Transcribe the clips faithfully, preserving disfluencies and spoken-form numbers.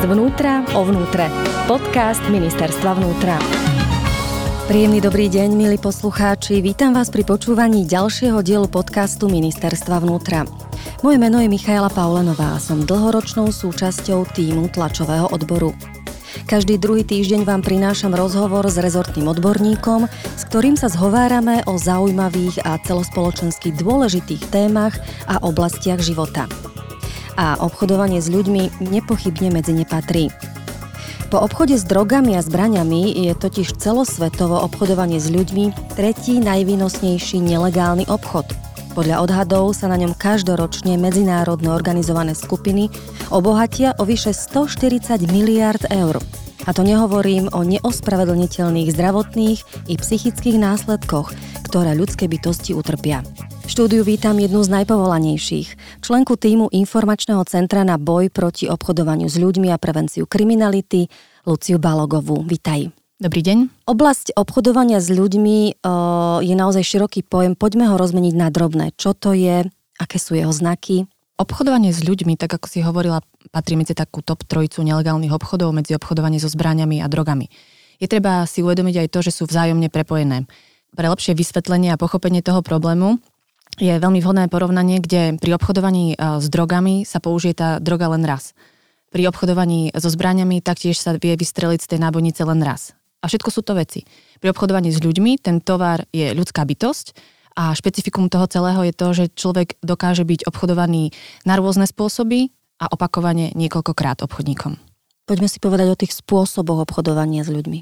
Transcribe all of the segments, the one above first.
Zvnútra o vnútre. Podcast Ministerstva vnútra. Príjemný dobrý deň, milí poslucháči. Vítam vás pri počúvaní ďalšieho dielu podcastu Ministerstva vnútra. Moje meno je Michaela Paulenová a som dlhoročnou súčasťou tímu tlačového odboru. Každý druhý týždeň vám prinášam rozhovor s rezortným odborníkom, s ktorým sa zhovárame o zaujímavých a celospoločensky dôležitých témach a oblastiach života. A obchodovanie s ľuďmi nepochybne medzi ne patrí. Po obchode s drogami a zbraňami je totiž celosvetovo obchodovanie s ľuďmi tretí najvýnosnejší nelegálny obchod. Podľa odhadov sa na ňom každoročne medzinárodné organizované skupiny obohatia o vyše stoštyridsať miliárd eur. A to nehovorím o neospravedlniteľných zdravotných i psychických následkoch, ktoré ľudské bytosti utrpia. V štúdiu vítam jednu z najpovolanejších, členku tímu Informačného centra na boj proti obchodovaniu s ľuďmi a prevenciu kriminality, Luciu Balogovú. Vitaj. Dobrý deň. Oblasť obchodovania s ľuďmi o, je naozaj široký pojem. Poďme ho rozmeniť na drobné. Čo to je? Aké sú jeho znaky? Obchodovanie s ľuďmi, tak ako si hovorila, patrí medzi takú top trojicu nelegálnych obchodov, medzi obchodovanie so zbraňami a drogami. Je treba si uvedomiť aj to, že sú vzájomne prepojené. Pre lepšie vysvetlenie a pochopenie toho problému je veľmi vhodné porovnanie, kde pri obchodovaní s drogami sa použije tá droga len raz. Pri obchodovaní so zbraňami taktiež sa vie vystreliť z tej nábojnice len raz. A všetko sú to veci. Pri obchodovaní s ľuďmi ten tovar je ľudská bytosť a špecifikum toho celého je to, že človek dokáže byť obchodovaný na rôzne spôsoby a opakovane niekoľkokrát obchodníkom. Poďme si povedať o tých spôsoboch obchodovania s ľuďmi.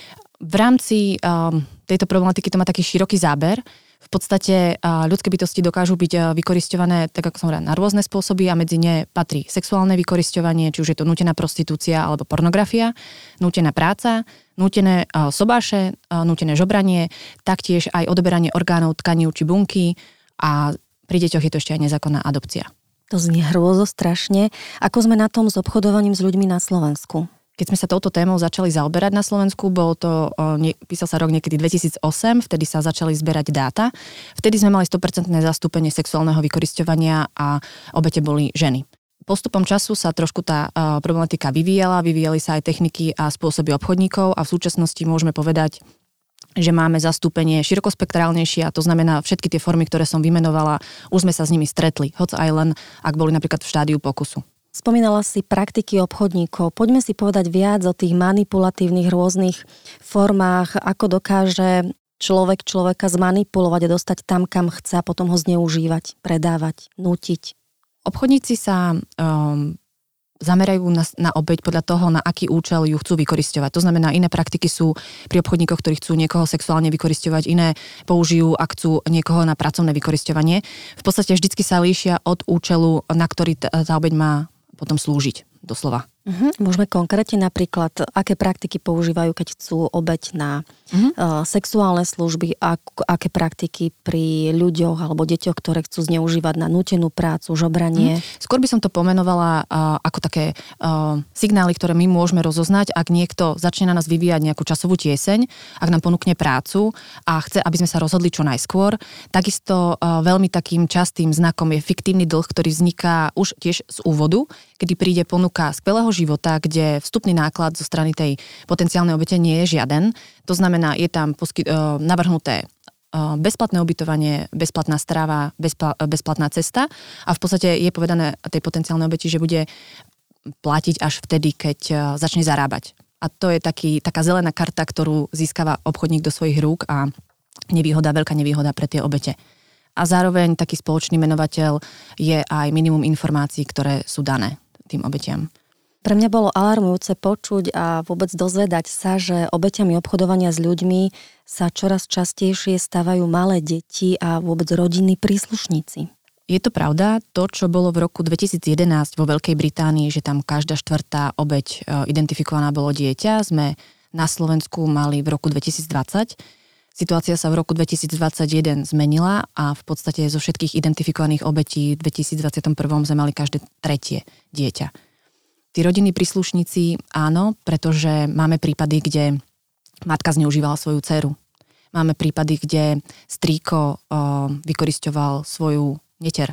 V rámci um, tejto problematiky to má taký široký záber. V podstate ľudské bytosti dokážu byť vykorisťované, tak ako som hovorila, na rôzne spôsoby a medzi ne patrí sexuálne vykorisťovanie, či už je to nútená prostitúcia alebo pornografia, nútená práca, nútené sobáše, nútené žobranie, taktiež aj odoberanie orgánov, tkaní či bunky a pri deťoch je to ešte aj nezákonná adopcia. To znie hrôzo strašne. Ako sme na tom s obchodovaním s ľuďmi na Slovensku? Keď sme sa touto témou začali zaoberať na Slovensku, bolo to, ne, písal sa rok niekedy dvetisícosem, vtedy sa začali zberať dáta. Vtedy sme mali sto percent zastúpenie sexuálneho vykorisťovania a obete boli ženy. Postupom času sa trošku tá uh, problematika vyvíjala, vyvíjali sa aj techniky a spôsoby obchodníkov a v súčasnosti môžeme povedať, že máme zastúpenie širokospektrálnejšie a to znamená všetky tie formy, ktoré som vymenovala, už sme sa s nimi stretli, hoď aj len, ak boli napríklad v štádiu pokusu. Spomínala si praktiky obchodníkov. Poďme si povedať viac o tých manipulatívnych rôznych formách, ako dokáže človek človeka zmanipulovať a dostať tam, kam chce a potom ho zneužívať, predávať, nútiť. Obchodníci sa um, zamerajú na, na obeť podľa toho, na aký účel ju chcú vykorisťovať. To znamená, iné praktiky sú pri obchodníkoch, ktorí chcú niekoho sexuálne vykorisťovať, iné použijú, ak chcú niekoho na pracovné vykorisťovanie. V podstate vždycky sa líšia od účelu, na ktorý tá, tá obeť má potom slúžiť, doslova. Uh-huh. Môžeme konkrétne napríklad, aké praktiky používajú, keď chcú obeť na uh-huh. uh, sexuálne služby, ak, aké praktiky pri ľuďoch alebo deťoch, ktoré chcú zneužívať na nútenú prácu, žobranie. Uh-huh. Skôr by som to pomenovala uh, ako také uh, signály, ktoré my môžeme rozoznať, ak niekto začne na nás vyvíjať nejakú časovú tieseň, ak nám ponúkne prácu a chce, aby sme sa rozhodli čo najskôr. Takisto uh, veľmi takým častým znakom je fiktívny dlh, ktorý vzniká už tiež z úvodu, kedy príde ponuka skvelého života, kde vstupný náklad zo strany tej potenciálnej obete nie je žiaden. To znamená, je tam posky, uh, navrhnuté uh, bezplatné ubytovanie, bezplatná strava, bezpla, bezplatná cesta a v podstate je povedané tej potenciálnej obeti, že bude platiť až vtedy, keď uh, začne zarábať. A to je taký, taká zelená karta, ktorú získava obchodník do svojich rúk a nevýhoda, veľká nevýhoda pre tie obete. A zároveň taký spoločný menovateľ je aj minimum informácií, ktoré sú dané tým obetiam. Pre mňa bolo alarmujúce počuť a vôbec dozvedať sa, že obeťami obchodovania s ľuďmi sa čoraz častejšie stávajú malé deti a vôbec rodinní príslušníci. Je to pravda, to, čo bolo v roku dvetisíc jedenásť vo Veľkej Británii, že tam každá štvrtá obeť identifikovaná bolo dieťa, sme na Slovensku mali v roku dvetisícdvadsať. Situácia sa v roku dvetisícdvadsaťjeden zmenila a v podstate zo všetkých identifikovaných obetí v dvetisícdvadsaťjeden sme mali každé tretie dieťa. Tí rodinní príslušníci áno, pretože máme prípady, kde matka zneužívala svoju dceru. Máme prípady, kde strýko o, vykorisťoval svoju neter.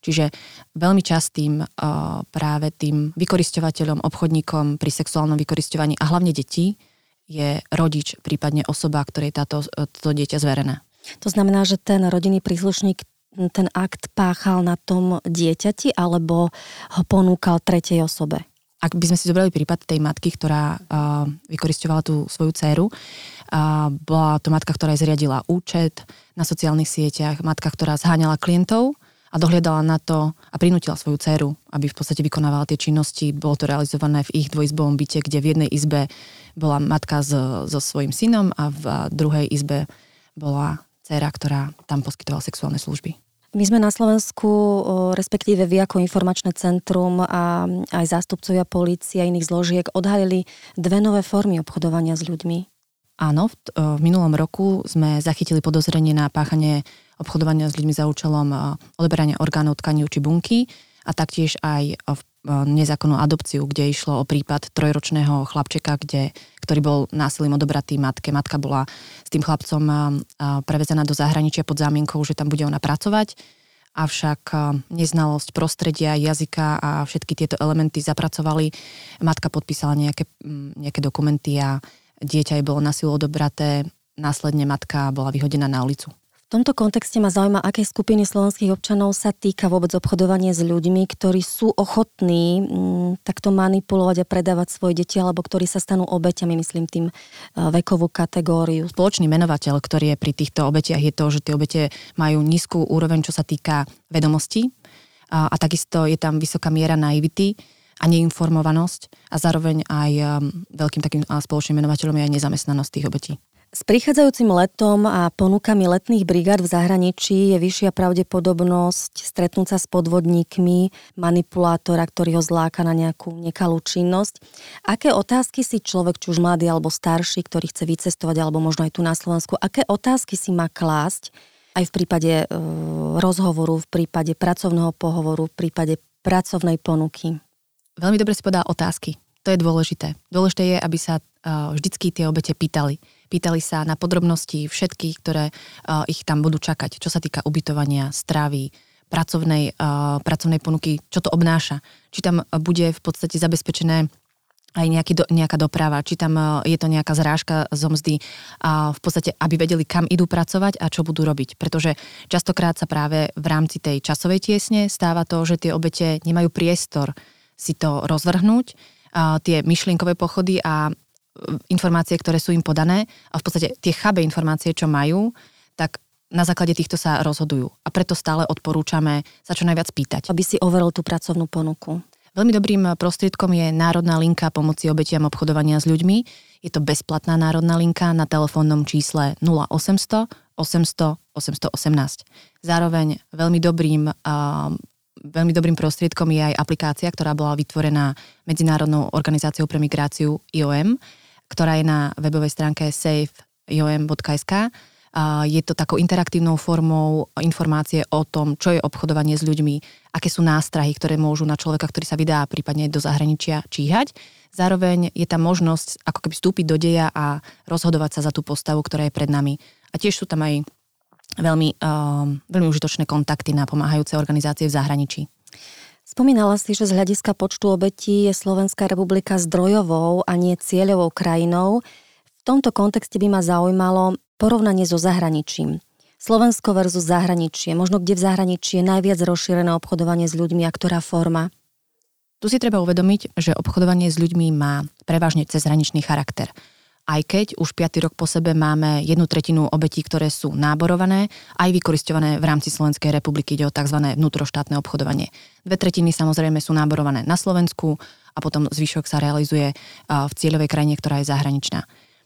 Čiže veľmi častým uh, práve tým vykorisťovateľom, obchodníkom pri sexuálnom vykorisťovaní a hlavne detí je rodič, prípadne osoba, ktorej je táto, to dieťa zverené. To znamená, že ten rodinný príslušník ten akt páchal na tom dieťati alebo ho ponúkal tretej osobe? Ak by sme si zobrali prípad tej matky, ktorá uh, vykorisťovala tú svoju dcéru, uh, bola to matka, ktorá zriadila účet na sociálnych sieťach, matka, ktorá zháňala klientov a dohliadala na to a prinútila svoju dcéru, aby v podstate vykonávala tie činnosti. Bolo to realizované v ich dvojizbovom byte, kde v jednej izbe bola matka so, so svojím synom a v druhej izbe bola dcéra, ktorá tam poskytovala sexuálne služby. My sme na Slovensku, respektíve vy ako informačné centrum a aj zástupcovia polície a iných zložiek odhalili dve nové formy obchodovania s ľuďmi. Áno, v, v minulom roku sme zachytili podozrenie na páchanie obchodovania s ľuďmi za účelom odoberania orgánov, tkaní či bunky a taktiež aj v nezákonnú adopciu, kde išlo o prípad trojročného chlapčeka, kde, ktorý bol násilím odobratý matke. Matka bola s tým chlapcom prevezená do zahraničia pod zámienkou, že tam bude ona pracovať, avšak neznalosť prostredia, jazyka a všetky tieto elementy zapracovali. Matka podpísala nejaké, nejaké dokumenty a dieťa jej bolo násilím odobraté, následne matka bola vyhodená na ulicu. V tomto kontexte ma zaujíma, aké skupiny slovenských občanov sa týka vôbec obchodovanie s ľuďmi, ktorí sú ochotní m, takto manipulovať a predávať svoje deti, alebo ktorí sa stanú obeťami, myslím tým vekovú kategóriu. Spoločný menovateľ, ktorý je pri týchto obetiach, je to, že tie obete majú nízku úroveň, čo sa týka vedomostí a, a takisto je tam vysoká miera naivity a neinformovanosť a zároveň aj um, veľkým takým spoločným menovateľom je aj nezamestnanosť tých obetí. S prichádzajúcim letom a ponukami letných brigád v zahraničí je vyššia pravdepodobnosť stretnúť sa s podvodníkmi, manipulátora, ktorý ho zláka na nejakú nekalú činnosť. Aké otázky si človek, či už mladý alebo starší, ktorý chce vycestovať, alebo možno aj tu na Slovensku, aké otázky si má klásť aj v prípade e, rozhovoru, v prípade pracovného pohovoru, v prípade pracovnej ponuky? Veľmi dobre si povedala otázky. To je dôležité. Dôležité je, aby sa uh, vždycky tie obete pýtali. Pýtali sa na podrobnosti všetkých, ktoré uh, ich tam budú čakať. Čo sa týka ubytovania, stravy, pracovnej, uh, pracovnej ponuky, čo to obnáša. Či tam bude v podstate zabezpečené aj nejaký do, nejaká doprava, či tam uh, je to nejaká zrážka zo mzdy a uh, v podstate, aby vedeli, kam idú pracovať a čo budú robiť. Pretože častokrát sa práve v rámci tej časovej tiesne stáva to, že tie obete nemajú priestor si to rozvrhnúť, Uh, tie myšlienkové pochody a uh, informácie, ktoré sú im podané a v podstate tie chabé informácie, čo majú, tak na základe týchto sa rozhodujú. A preto stále odporúčame sa čo najviac pýtať. Aby si overil tú pracovnú ponuku. Veľmi dobrým prostriedkom je národná linka pomoci obetiam obchodovania s ľuďmi. Je to bezplatná národná linka na telefónnom čísle nula osemsto osemsto osemsto osemnásť. Zároveň veľmi dobrým uh, Veľmi dobrým prostriedkom je aj aplikácia, ktorá bola vytvorená Medzinárodnou organizáciou pre migráciu I O M, ktorá je na webovej stránke safe i o m bodka es ká. Je to takou interaktívnou formou informácie o tom, čo je obchodovanie s ľuďmi, aké sú nástrahy, ktoré môžu na človeka, ktorý sa vydá prípadne do zahraničia, číhať. Zároveň je tam možnosť ako keby vstúpiť do deja a rozhodovať sa za tú postavu, ktorá je pred nami. A tiež sú tam aj veľmi, uh, veľmi užitočné kontakty na pomáhajúce organizácie v zahraničí. Spomínala si, že z hľadiska počtu obetí je Slovenská republika zdrojovou a nie cieľovou krajinou. V tomto kontexte by ma zaujímalo porovnanie so zahraničím. Slovensko versus zahraničie. Možno kde v zahraničí je najviac rozšírené obchodovanie s ľuďmi a ktorá forma? Tu si treba uvedomiť, že obchodovanie s ľuďmi má prevažne cezhraničný charakter. Aj keď už piaty rok po sebe máme jednu tretinu obetí, ktoré sú náborované, aj vykorisťované v rámci Slovenskej republiky, ide o tzv. Vnútroštátne obchodovanie. Dve tretiny samozrejme sú náborované na Slovensku a potom zvyšok sa realizuje v cieľovej krajine, ktorá je zahraničná.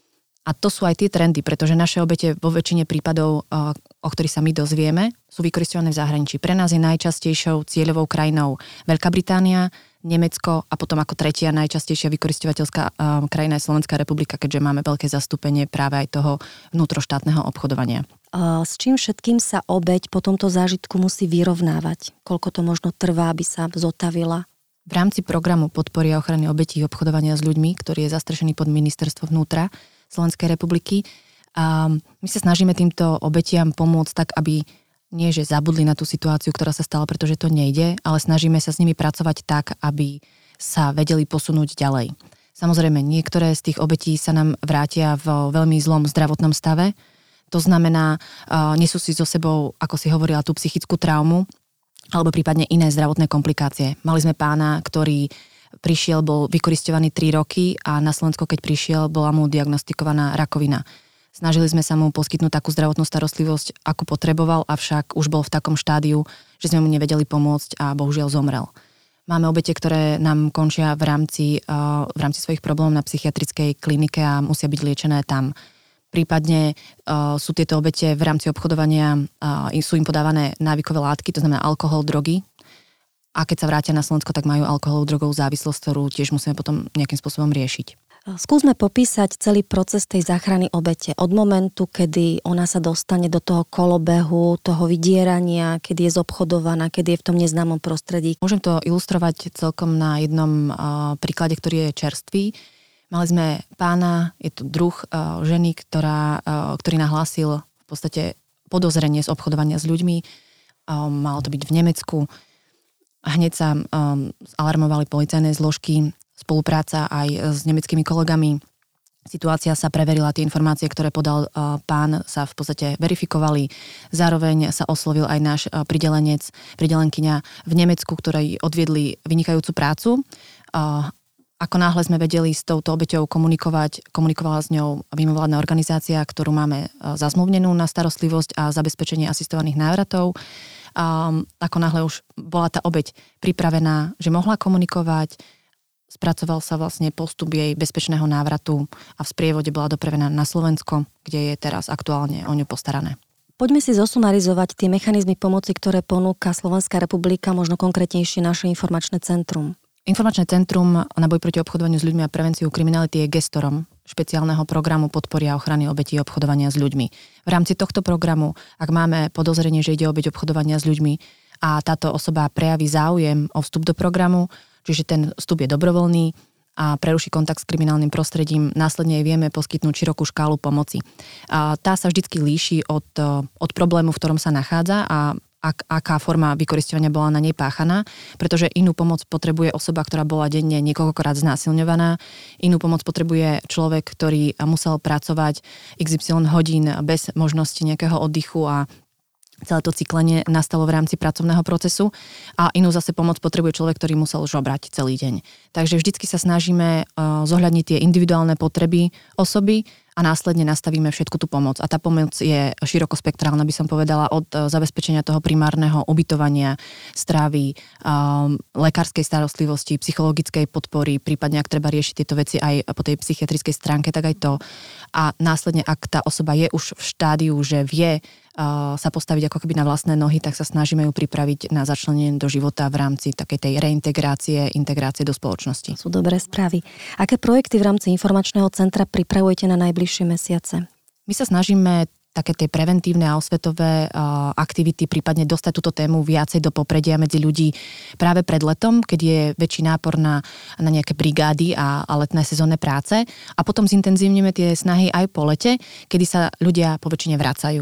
A to sú aj tie trendy, pretože naše obete vo väčšine prípadov, o ktorých sa my dozvieme, sú vykorisťované v zahraničí. Pre nás je najčastejšou cieľovou krajinou Veľká Británia, Nemecko a potom ako tretia najčastejšia vykorisťovateľská um, krajina je Slovenská republika, keďže máme veľké zastúpenie práve aj toho vnútroštátneho obchodovania. A s čím všetkým sa obeť po tomto zážitku musí vyrovnávať? Koľko to možno trvá, aby sa zotavila? V rámci programu podpory a ochrany obetí obchodovania s ľuďmi, ktorý je zastrešený pod Ministerstvo vnútra Slovenskej republiky, um, my sa snažíme týmto obetiam pomôcť tak, aby nie že zabudli na tú situáciu, ktorá sa stala, pretože to nejde, ale snažíme sa s nimi pracovať tak, aby sa vedeli posunúť ďalej. Samozrejme, niektoré z tých obetí sa nám vrátia v veľmi zlom zdravotnom stave. To znamená, nesú si so sebou, ako si hovorila, tú psychickú traumu alebo prípadne iné zdravotné komplikácie. Mali sme pána, ktorý prišiel, bol vykoristovaný tri roky a na Slovensko, keď prišiel, bola mu diagnostikovaná rakovina. Snažili sme sa mu poskytnúť takú zdravotnú starostlivosť, akú potreboval, avšak už bol v takom štádiu, že sme mu nevedeli pomôcť a bohužiaľ zomrel. Máme obete, ktoré nám končia v rámci, uh, v rámci svojich problémov na psychiatrickej klinike a musia byť liečené tam. Prípadne uh, sú tieto obete v rámci obchodovania, uh, sú im podávané návykové látky, to znamená alkohol, drogy. A keď sa vrátia na Slovensko, tak majú alkoholovú drogovú závislosť, ktorú tiež musíme potom nejakým spôsobom riešiť. Skúsme popísať celý proces tej záchrany obete. Od momentu, kedy ona sa dostane do toho kolobehu, toho vydierania, kedy je zobchodovaná, kedy je v tom neznámom prostredí. Môžem to ilustrovať celkom na jednom uh, príklade, ktorý je čerstvý. Mali sme pána, je to druh uh, ženy, ktorá, uh, ktorý nahlásil v podstate podozrenie z obchodovania s ľuďmi. Uh, malo to byť v Nemecku. Hneď sa um, alarmovali policajné zložky, spolupráca aj s nemeckými kolegami. Situácia sa preverila, tie informácie, ktoré podal uh, pán, sa v podstate verifikovali. Zároveň sa oslovil aj náš uh, pridelenec, pridelenkyňa v Nemecku, ktorí odviedli vynikajúcu prácu. Uh, ako náhle sme vedeli s touto obeťou komunikovať, komunikovala s ňou mimovládna organizácia, ktorú máme uh, zazmluvnenú na starostlivosť a zabezpečenie asistovaných návratov. Um, ako náhle už bola tá obeť pripravená, že mohla komunikovať, spracoval sa vlastne postup jej bezpečného návratu a v sprievode bola dopravená na Slovensko, kde je teraz aktuálne o ňu postarané. Poďme si zosumarizovať tie mechanizmy pomoci, ktoré ponúka Slovenská republika, možno konkrétnejšie naše informačné centrum. Informačné centrum na boj proti obchodovaniu s ľuďmi a prevenciu kriminality je gestorom špeciálneho programu podpory a ochrany obetí obchodovania s ľuďmi. V rámci tohto programu, ak máme podozrenie, že ide o obeť obchodovania s ľuďmi a táto osoba prejaví záujem o vstup do programu, čiže ten vstup je dobrovoľný a preruší kontakt s kriminálnym prostredím, následne jej vieme poskytnúť širokú škálu pomoci. A tá sa vždycky líši od, od problému, v ktorom sa nachádza a ak, aká forma vykorisťovania bola na nej páchaná, pretože inú pomoc potrebuje osoba, ktorá bola denne niekoľkokrát znásilňovaná, inú pomoc potrebuje človek, ktorý musel pracovať iks ypsilon hodín bez možnosti nejakého oddychu a celé to cyklenie nastalo v rámci pracovného procesu a inú zase pomoc potrebuje človek, ktorý musel žobrať celý deň. Takže vždycky sa snažíme zohľadniť tie individuálne potreby osoby a následne nastavíme všetku tú pomoc. A tá pomoc je širokospektrálna, by som povedala, od zabezpečenia toho primárneho ubytovania, stravy, um, lekárskej starostlivosti, psychologickej podpory, prípadne ak treba riešiť tieto veci aj po tej psychiatrickej stránke, tak aj to. A následne, ak tá osoba je už v štádiu, že vie uh, sa postaviť ako keby na vlastné nohy, tak sa snažíme ju pripraviť na začlenenie do života v rámci takej tej reintegrácie, integrácie do spoločnosti. Sú dobré správy. Aké projekty v rámci informačného centra pripravujete na najbližšie mesiace? My sa snažíme také tie preventívne a osvetové uh, aktivity, prípadne dostať túto tému viacej do popredia medzi ľudí práve pred letom, keď je väčší nápor na, na nejaké brigády a, a letné sezónne práce. A potom zintenzívneme tie snahy aj po lete, kedy sa ľudia poväčšine vracajú.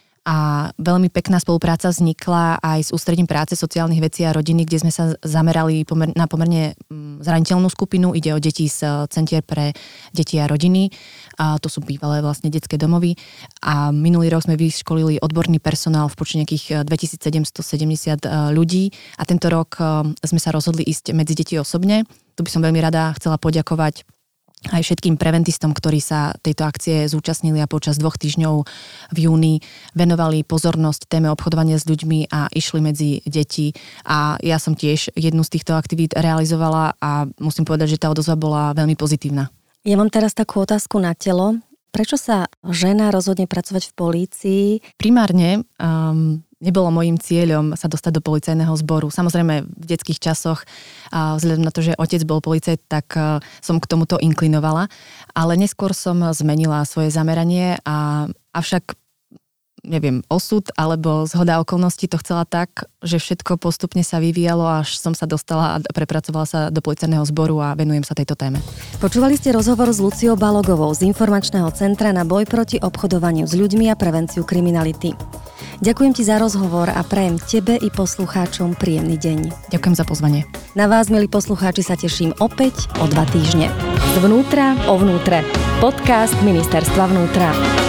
A veľmi pekná spolupráca vznikla aj s Ústredím práce, sociálnych vecí a rodiny, kde sme sa zamerali pomer- na pomerne zraniteľnú skupinu. Ide o deti z Centier pre deti a rodiny. A to sú bývalé vlastne detské domovy. A minulý rok sme vyškolili odborný personál v počte nejakých dvetisícsedemstosedemdesiat ľudí. A tento rok sme sa rozhodli ísť medzi deti osobne. Tu by som veľmi rada chcela poďakovať aj všetkým preventistom, ktorí sa tejto akcie zúčastnili a počas dvoch týždňov v júni venovali pozornosť téme obchodovania s ľuďmi a išli medzi deti. A ja som tiež jednu z týchto aktivít realizovala a musím povedať, že tá odozva bola veľmi pozitívna. Ja mám teraz takú otázku na telo. Prečo sa žena rozhodne pracovať v polícii? Primárne um, nebolo mojím cieľom sa dostať do policajného zboru. Samozrejme v detských časoch, a vzhľadom na to, že otec bol policajt, tak uh, som k tomuto inklinovala. Ale neskôr som zmenila svoje zameranie, a avšak neviem, osud alebo zhoda okolností to chcela tak, že všetko postupne sa vyvíjalo, až som sa dostala a prepracovala sa do policajného zboru a venujem sa tejto téme. Počúvali ste rozhovor s Luciou Balogovou z Informačného centra na boj proti obchodovaniu s ľuďmi a prevenciu kriminality. Ďakujem ti za rozhovor a prajem tebe i poslucháčom príjemný deň. Ďakujem za pozvanie. Na vás, milí poslucháči, sa teším opäť o dva týždne. Zvnútra o vnútre. Podcast Ministerstva vnútra.